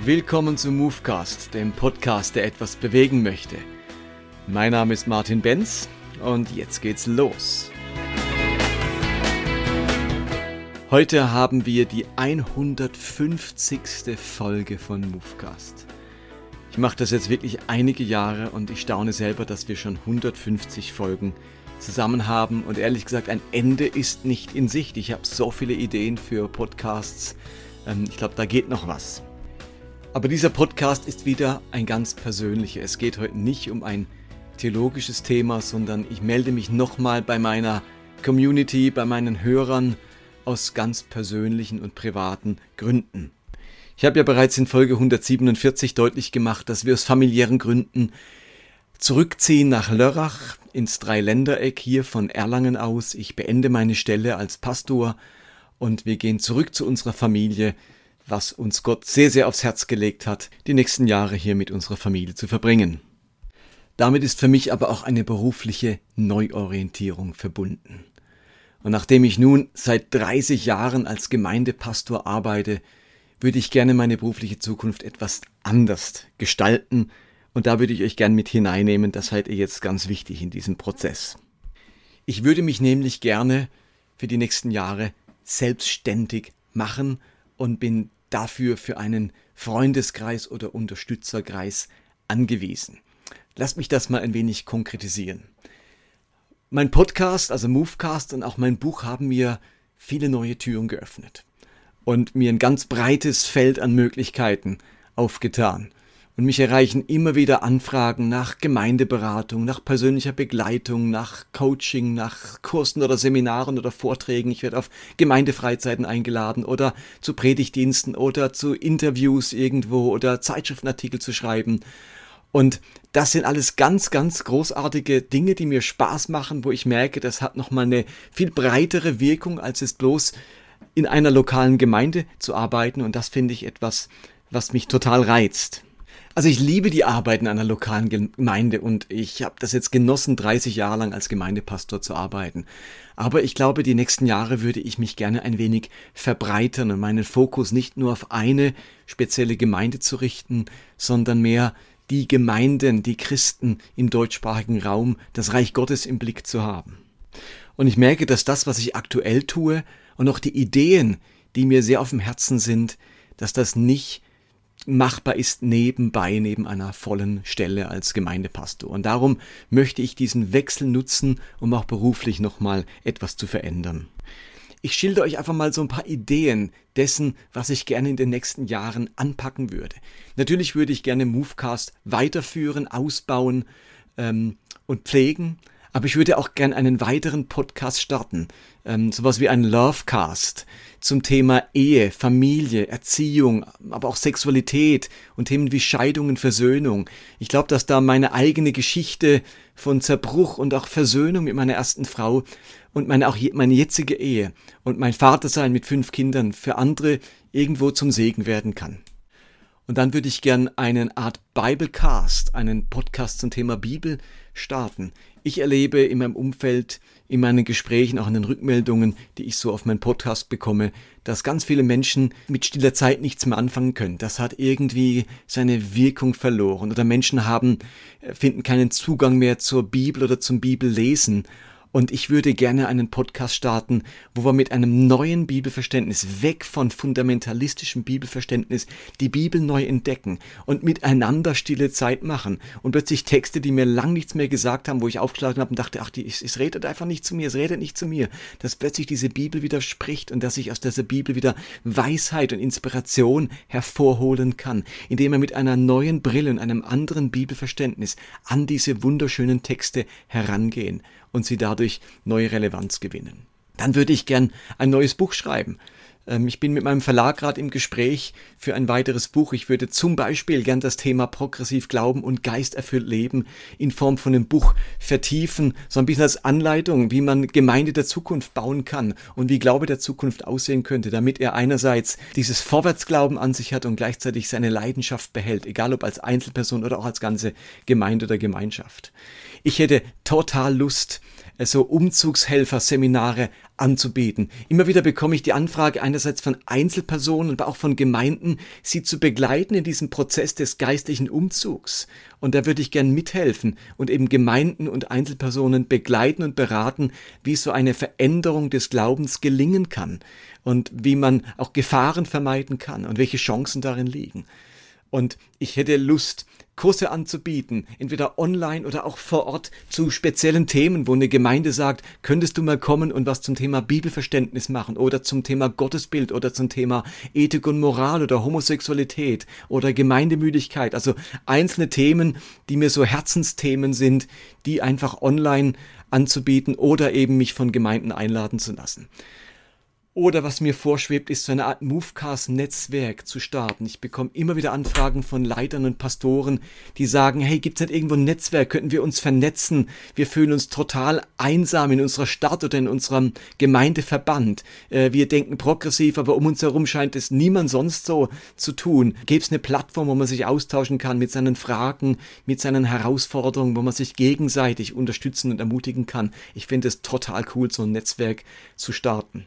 Willkommen zu Movecast, dem Podcast, der etwas bewegen möchte. Mein Name ist Martin Benz und jetzt geht's los. Heute haben wir die 150. Folge von Movecast. Ich mache das jetzt wirklich einige Jahre und ich staune selber, dass wir schon 150 Folgen zusammen haben. Und ehrlich gesagt, ein Ende ist nicht in Sicht. Ich habe so viele Ideen für Podcasts. Ich glaube, da geht noch was. Aber dieser Podcast ist wieder ein ganz persönlicher. Es geht heute nicht um ein theologisches Thema, sondern ich melde mich nochmal bei meiner Community, bei meinen Hörern aus ganz persönlichen und privaten Gründen. Ich habe ja bereits in Folge 147 deutlich gemacht, dass wir aus familiären Gründen zurückziehen nach Lörrach ins Dreiländereck hier von Erlangen aus. Ich beende meine Stelle als Pastor und wir gehen zurück zu unserer Familie, was uns Gott sehr, sehr aufs Herz gelegt hat, die nächsten Jahre hier mit unserer Familie zu verbringen. Damit ist für mich aber auch eine berufliche Neuorientierung verbunden. Und nachdem ich nun seit 30 Jahren als Gemeindepastor arbeite, würde ich gerne meine berufliche Zukunft etwas anders gestalten und da würde ich euch gerne mit hineinnehmen, das seid ihr jetzt ganz wichtig in diesem Prozess. Ich würde mich nämlich gerne für die nächsten Jahre selbstständig machen und bin dafür für einen Freundeskreis oder Unterstützerkreis angewiesen. Lasst mich das mal ein wenig konkretisieren. Mein Podcast, also Movecast und auch mein Buch haben mir viele neue Türen geöffnet und mir ein ganz breites Feld an Möglichkeiten aufgetan. Und mich erreichen immer wieder Anfragen nach Gemeindeberatung, nach persönlicher Begleitung, nach Coaching, nach Kursen oder Seminaren oder Vorträgen. Ich werde auf Gemeindefreizeiten eingeladen oder zu Predigtdiensten oder zu Interviews irgendwo oder Zeitschriftenartikel zu schreiben. Und das sind alles ganz, ganz großartige Dinge, die mir Spaß machen, wo ich merke, das hat nochmal eine viel breitere Wirkung, als es bloß in einer lokalen Gemeinde zu arbeiten. Und das finde ich etwas, was mich total reizt. Also ich liebe die Arbeit in einer lokalen Gemeinde und ich habe das jetzt genossen, 30 Jahre lang als Gemeindepastor zu arbeiten. Aber ich glaube, die nächsten Jahre würde ich mich gerne ein wenig verbreitern und meinen Fokus nicht nur auf eine spezielle Gemeinde zu richten, sondern mehr die Gemeinden, die Christen im deutschsprachigen Raum, das Reich Gottes im Blick zu haben. Und ich merke, dass das, was ich aktuell tue und auch die Ideen, die mir sehr auf dem Herzen sind, dass das nicht machbar ist nebenbei, neben einer vollen Stelle als Gemeindepastor. Und darum möchte ich diesen Wechsel nutzen, um auch beruflich nochmal etwas zu verändern. Ich schilder euch einfach mal so ein paar Ideen dessen, was ich gerne in den nächsten Jahren anpacken würde. Natürlich würde ich gerne Movecast weiterführen, ausbauen und pflegen, aber ich würde auch gerne einen weiteren Podcast starten, sowas wie ein Lovecast zum Thema Ehe, Familie, Erziehung, aber auch Sexualität und Themen wie Scheidung und Versöhnung. Ich glaube, dass da meine eigene Geschichte von Zerbruch und auch Versöhnung mit meiner ersten Frau und meine jetzige Ehe und mein Vatersein mit 5 Kindern für andere irgendwo zum Segen werden kann. Und dann würde ich gern eine Art Biblecast, einen Podcast zum Thema Bibel starten. Ich erlebe in meinem Umfeld, in meinen Gesprächen, auch in den Rückmeldungen, die ich so auf meinen Podcast bekomme, dass ganz viele Menschen mit stiller Zeit nichts mehr anfangen können. Das hat irgendwie seine Wirkung verloren. Oder Menschen finden keinen Zugang mehr zur Bibel oder zum Bibellesen. Und ich würde gerne einen Podcast starten, wo wir mit einem neuen Bibelverständnis, weg von fundamentalistischem Bibelverständnis, die Bibel neu entdecken und miteinander stille Zeit machen. Und plötzlich Texte, die mir lang nichts mehr gesagt haben, wo ich aufgeschlagen habe und dachte, es redet einfach nicht zu mir, es redet nicht zu mir. Dass plötzlich diese Bibel wieder spricht und dass ich aus dieser Bibel wieder Weisheit und Inspiration hervorholen kann, indem wir mit einer neuen Brille und einem anderen Bibelverständnis an diese wunderschönen Texte herangehen und sie dadurch neue Relevanz gewinnen. Dann würde ich gern ein neues Buch schreiben. Ich bin mit meinem Verlag gerade im Gespräch für ein weiteres Buch. Ich würde zum Beispiel gern das Thema progressiv Glauben und geisterfüllt Leben in Form von einem Buch vertiefen, so ein bisschen als Anleitung, wie man Gemeinde der Zukunft bauen kann und wie Glaube der Zukunft aussehen könnte, damit er einerseits dieses Vorwärtsglauben an sich hat und gleichzeitig seine Leidenschaft behält, egal ob als Einzelperson oder auch als ganze Gemeinde oder Gemeinschaft. Ich hätte total Lust, so Umzugshelfer-Seminare anzubieten. Immer wieder bekomme ich die Anfrage einerseits von Einzelpersonen, aber auch von Gemeinden, sie zu begleiten in diesem Prozess des geistlichen Umzugs. Und da würde ich gern mithelfen und eben Gemeinden und Einzelpersonen begleiten und beraten, wie so eine Veränderung des Glaubens gelingen kann und wie man auch Gefahren vermeiden kann und welche Chancen darin liegen. Und ich hätte Lust, Kurse anzubieten, entweder online oder auch vor Ort zu speziellen Themen, wo eine Gemeinde sagt, könntest du mal kommen und was zum Thema Bibelverständnis machen oder zum Thema Gottesbild oder zum Thema Ethik und Moral oder Homosexualität oder Gemeindemüdigkeit. Also einzelne Themen, die mir so Herzensthemen sind, die einfach online anzubieten oder eben mich von Gemeinden einladen zu lassen. Oder was mir vorschwebt, ist so eine Art Movecast-Netzwerk zu starten. Ich bekomme immer wieder Anfragen von Leitern und Pastoren, die sagen, hey, gibt's nicht irgendwo ein Netzwerk? Könnten wir uns vernetzen? Wir fühlen uns total einsam in unserer Stadt oder in unserem Gemeindeverband. Wir denken progressiv, aber um uns herum scheint es niemand sonst so zu tun. Gäbe es eine Plattform, wo man sich austauschen kann mit seinen Fragen, mit seinen Herausforderungen, wo man sich gegenseitig unterstützen und ermutigen kann. Ich finde es total cool, so ein Netzwerk zu starten.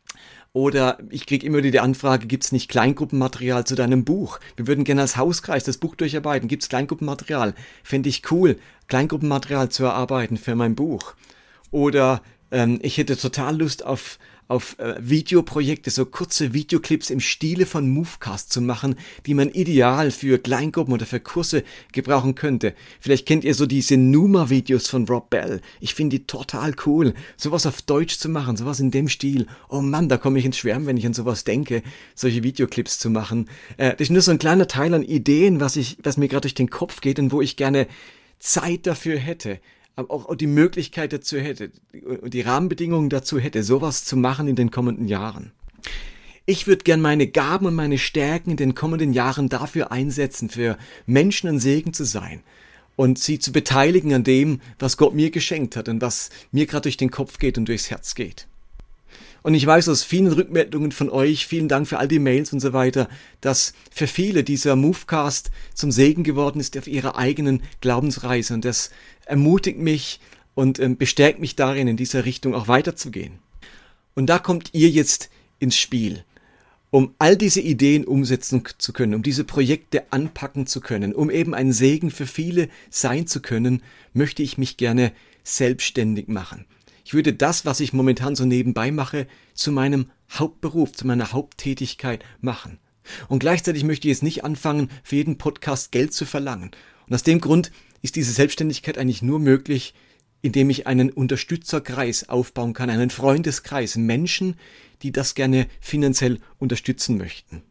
Oder ich kriege immer wieder die Anfrage, gibt es nicht Kleingruppenmaterial zu deinem Buch? Wir würden gerne als Hauskreis das Buch durcharbeiten. Gibt es Kleingruppenmaterial? Fände ich cool, Kleingruppenmaterial zu erarbeiten für mein Buch. Oder ich hätte total Lust auf Videoprojekte, so kurze Videoclips im Stile von Movecast zu machen, die man ideal für Kleingruppen oder für Kurse gebrauchen könnte. Vielleicht kennt ihr so diese Numa-Videos von Rob Bell. Ich finde die total cool. Sowas auf Deutsch zu machen, sowas in dem Stil. Oh Mann, da komme ich ins Schwärmen, wenn ich an sowas denke, solche Videoclips zu machen. Das ist nur so ein kleiner Teil an Ideen, was mir gerade durch den Kopf geht und wo ich gerne Zeit dafür hätte. Aber auch die Möglichkeit dazu hätte und die Rahmenbedingungen dazu hätte, sowas zu machen in den kommenden Jahren. Ich würde gern meine Gaben und meine Stärken in den kommenden Jahren dafür einsetzen, für Menschen ein Segen zu sein und sie zu beteiligen an dem, was Gott mir geschenkt hat und was mir gerade durch den Kopf geht und durchs Herz geht. Und ich weiß aus vielen Rückmeldungen von euch, vielen Dank für all die Mails und so weiter, dass für viele dieser Movecast zum Segen geworden ist auf ihrer eigenen Glaubensreise. Und das ermutigt mich und bestärkt mich darin, in dieser Richtung auch weiterzugehen. Und da kommt ihr jetzt ins Spiel, um all diese Ideen umsetzen zu können, um diese Projekte anpacken zu können, um eben ein Segen für viele sein zu können, möchte ich mich gerne selbstständig machen. Ich würde das, was ich momentan so nebenbei mache, zu meinem Hauptberuf, zu meiner Haupttätigkeit machen. Und gleichzeitig möchte ich jetzt nicht anfangen, für jeden Podcast Geld zu verlangen. Und aus dem Grund ist diese Selbstständigkeit eigentlich nur möglich, indem ich einen Unterstützerkreis aufbauen kann, einen Freundeskreis, Menschen, die das gerne finanziell unterstützen möchten.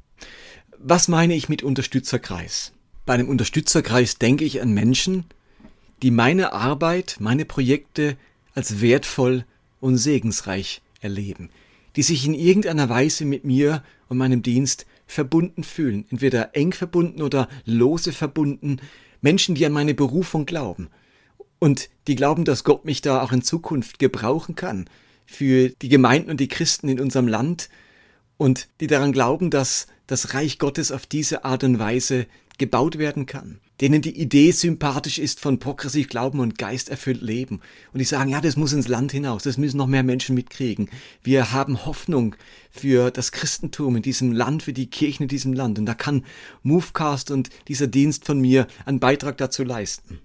Was meine ich mit Unterstützerkreis? Bei einem Unterstützerkreis denke ich an Menschen, die meine Arbeit, meine Projekte als wertvoll und segensreich erleben, die sich in irgendeiner Weise mit mir und meinem Dienst verbunden fühlen, entweder eng verbunden oder lose verbunden, Menschen, die an meine Berufung glauben und die glauben, dass Gott mich da auch in Zukunft gebrauchen kann für die Gemeinden und die Christen in unserem Land und die daran glauben, dass das Reich Gottes auf diese Art und Weise gebaut werden kann, denen die Idee sympathisch ist von progressiv Glauben und geisterfüllt Leben. Und die sagen, ja, das muss ins Land hinaus, das müssen noch mehr Menschen mitkriegen. Wir haben Hoffnung für das Christentum in diesem Land, für die Kirchen in diesem Land. Und da kann Movecast und dieser Dienst von mir einen Beitrag dazu leisten.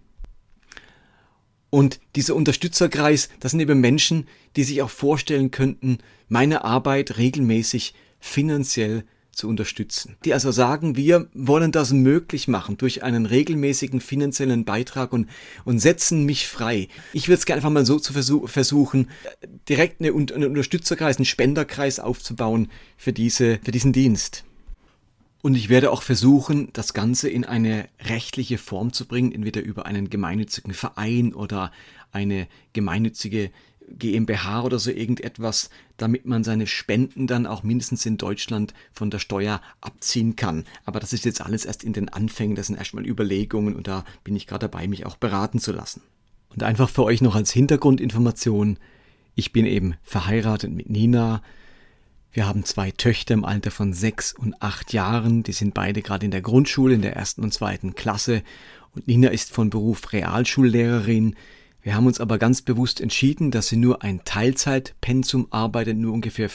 Und dieser Unterstützerkreis, das sind eben Menschen, die sich auch vorstellen könnten, meine Arbeit regelmäßig finanziell zu unterstützen. Die also sagen, wir wollen das möglich machen durch einen regelmäßigen finanziellen Beitrag und setzen mich frei. Ich würde es gerne einfach mal so zu versuchen, direkt einen Unterstützerkreis, einen Spenderkreis aufzubauen für diesen Dienst. Und ich werde auch versuchen, das Ganze in eine rechtliche Form zu bringen, entweder über einen gemeinnützigen Verein oder eine gemeinnützige GmbH oder so irgendetwas, damit man seine Spenden dann auch mindestens in Deutschland von der Steuer abziehen kann. Aber das ist jetzt alles erst in den Anfängen, das sind erstmal Überlegungen und da bin ich gerade dabei, mich auch beraten zu lassen. Und einfach für euch noch als Hintergrundinformation, ich bin eben verheiratet mit Nina. Wir haben 2 Töchter im Alter von 6 und 8 Jahren, die sind beide gerade in der Grundschule, in der 1. und 2. Klasse und Nina ist von Beruf Realschullehrerin. Wir haben uns aber ganz bewusst entschieden, dass sie nur ein Teilzeitpensum arbeitet, nur ungefähr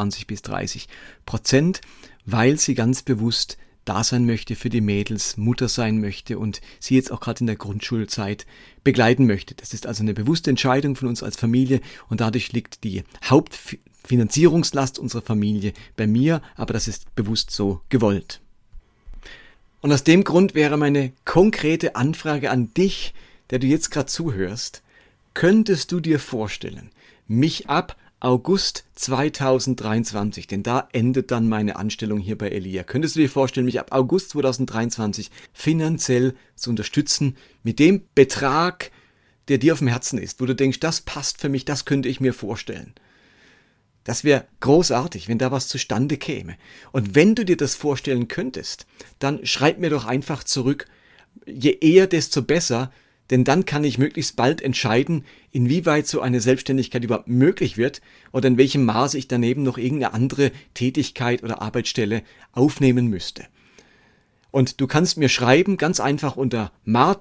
25-30%, weil sie ganz bewusst da sein möchte für die Mädels, Mutter sein möchte und sie jetzt auch gerade in der Grundschulzeit begleiten möchte. Das ist also eine bewusste Entscheidung von uns als Familie und dadurch liegt die Hauptfinanzierungslast unserer Familie bei mir, aber das ist bewusst so gewollt. Und aus dem Grund wäre meine konkrete Anfrage an dich, der du jetzt gerade zuhörst: Könntest du dir vorstellen, mich ab August 2023, denn da endet dann meine Anstellung hier bei Elia, könntest du dir vorstellen, mich ab August 2023 finanziell zu unterstützen mit dem Betrag, der dir auf dem Herzen ist, wo du denkst, das passt für mich, das könnte ich mir vorstellen? Das wäre großartig, wenn da was zustande käme. Und wenn du dir das vorstellen könntest, dann schreib mir doch einfach zurück, je eher, desto besser, denn dann kann ich möglichst bald entscheiden, inwieweit so eine Selbstständigkeit überhaupt möglich wird oder in welchem Maße ich daneben noch irgendeine andere Tätigkeit oder Arbeitsstelle aufnehmen müsste. Und du kannst mir schreiben, ganz einfach unter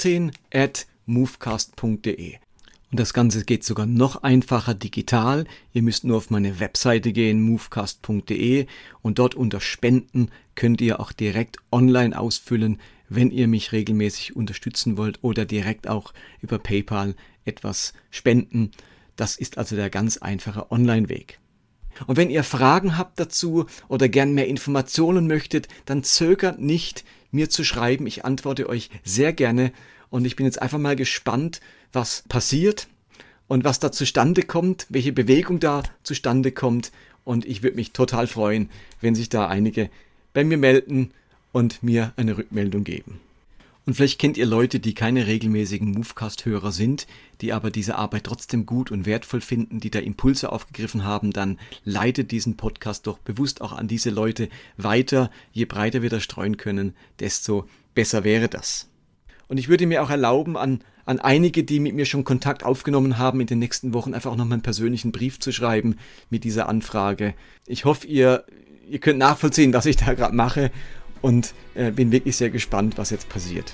martin@movecast.de. Und das Ganze geht sogar noch einfacher digital. Ihr müsst nur auf meine Webseite gehen, movecast.de, und dort unter Spenden könnt ihr auch direkt online ausfüllen, wenn ihr mich regelmäßig unterstützen wollt, oder direkt auch über PayPal etwas spenden. Das ist also der ganz einfache Online-Weg. Und wenn ihr Fragen habt dazu oder gern mehr Informationen möchtet, dann zögert nicht, mir zu schreiben. Ich antworte euch sehr gerne und ich bin jetzt einfach mal gespannt, was passiert und was da zustande kommt, welche Bewegung da zustande kommt, und ich würde mich total freuen, wenn sich da einige bei mir melden und mir eine Rückmeldung geben. Und vielleicht kennt ihr Leute, die keine regelmäßigen Movecast-Hörer sind, die aber diese Arbeit trotzdem gut und wertvoll finden, die da Impulse aufgegriffen haben, dann leitet diesen Podcast doch bewusst auch an diese Leute weiter. Je breiter wir das streuen können, desto besser wäre das. Und ich würde mir auch erlauben, an einige, die mit mir schon Kontakt aufgenommen haben, in den nächsten Wochen einfach auch nochmal einen persönlichen Brief zu schreiben mit dieser Anfrage. Ich hoffe, ihr könnt nachvollziehen, was ich da gerade mache, und bin wirklich sehr gespannt, was jetzt passiert.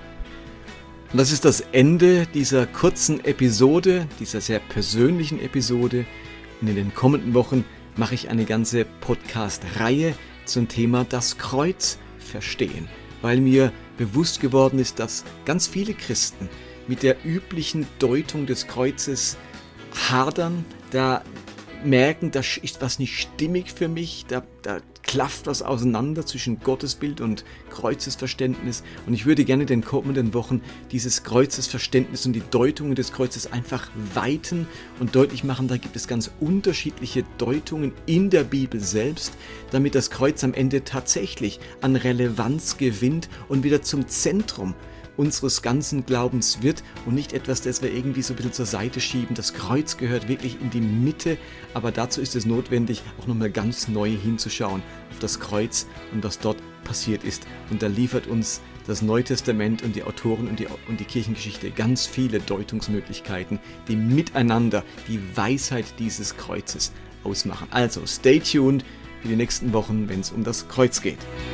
Und das ist das Ende dieser kurzen Episode, dieser sehr persönlichen Episode. Und in den kommenden Wochen mache ich eine ganze Podcast-Reihe zum Thema das Kreuz verstehen, weil mir bewusst geworden ist, dass ganz viele Christen mit der üblichen Deutung des Kreuzes hadern, da merken, da ist was nicht stimmig für mich, da klafft was auseinander zwischen Gottesbild und Kreuzesverständnis, und ich würde gerne in den kommenden Wochen dieses Kreuzesverständnis und die Deutungen des Kreuzes einfach weiten und deutlich machen, da gibt es ganz unterschiedliche Deutungen in der Bibel selbst, damit das Kreuz am Ende tatsächlich an Relevanz gewinnt und wieder zum Zentrum unseres ganzen Glaubens wird und nicht etwas, das wir irgendwie so ein bisschen zur Seite schieben. Das Kreuz gehört wirklich in die Mitte, aber dazu ist es notwendig, auch nochmal ganz neu hinzuschauen auf das Kreuz und was dort passiert ist. Und da liefert uns das Neue Testament und die Autoren und die Kirchengeschichte ganz viele Deutungsmöglichkeiten, die miteinander die Weisheit dieses Kreuzes ausmachen. Also stay tuned für die nächsten Wochen, wenn es um das Kreuz geht.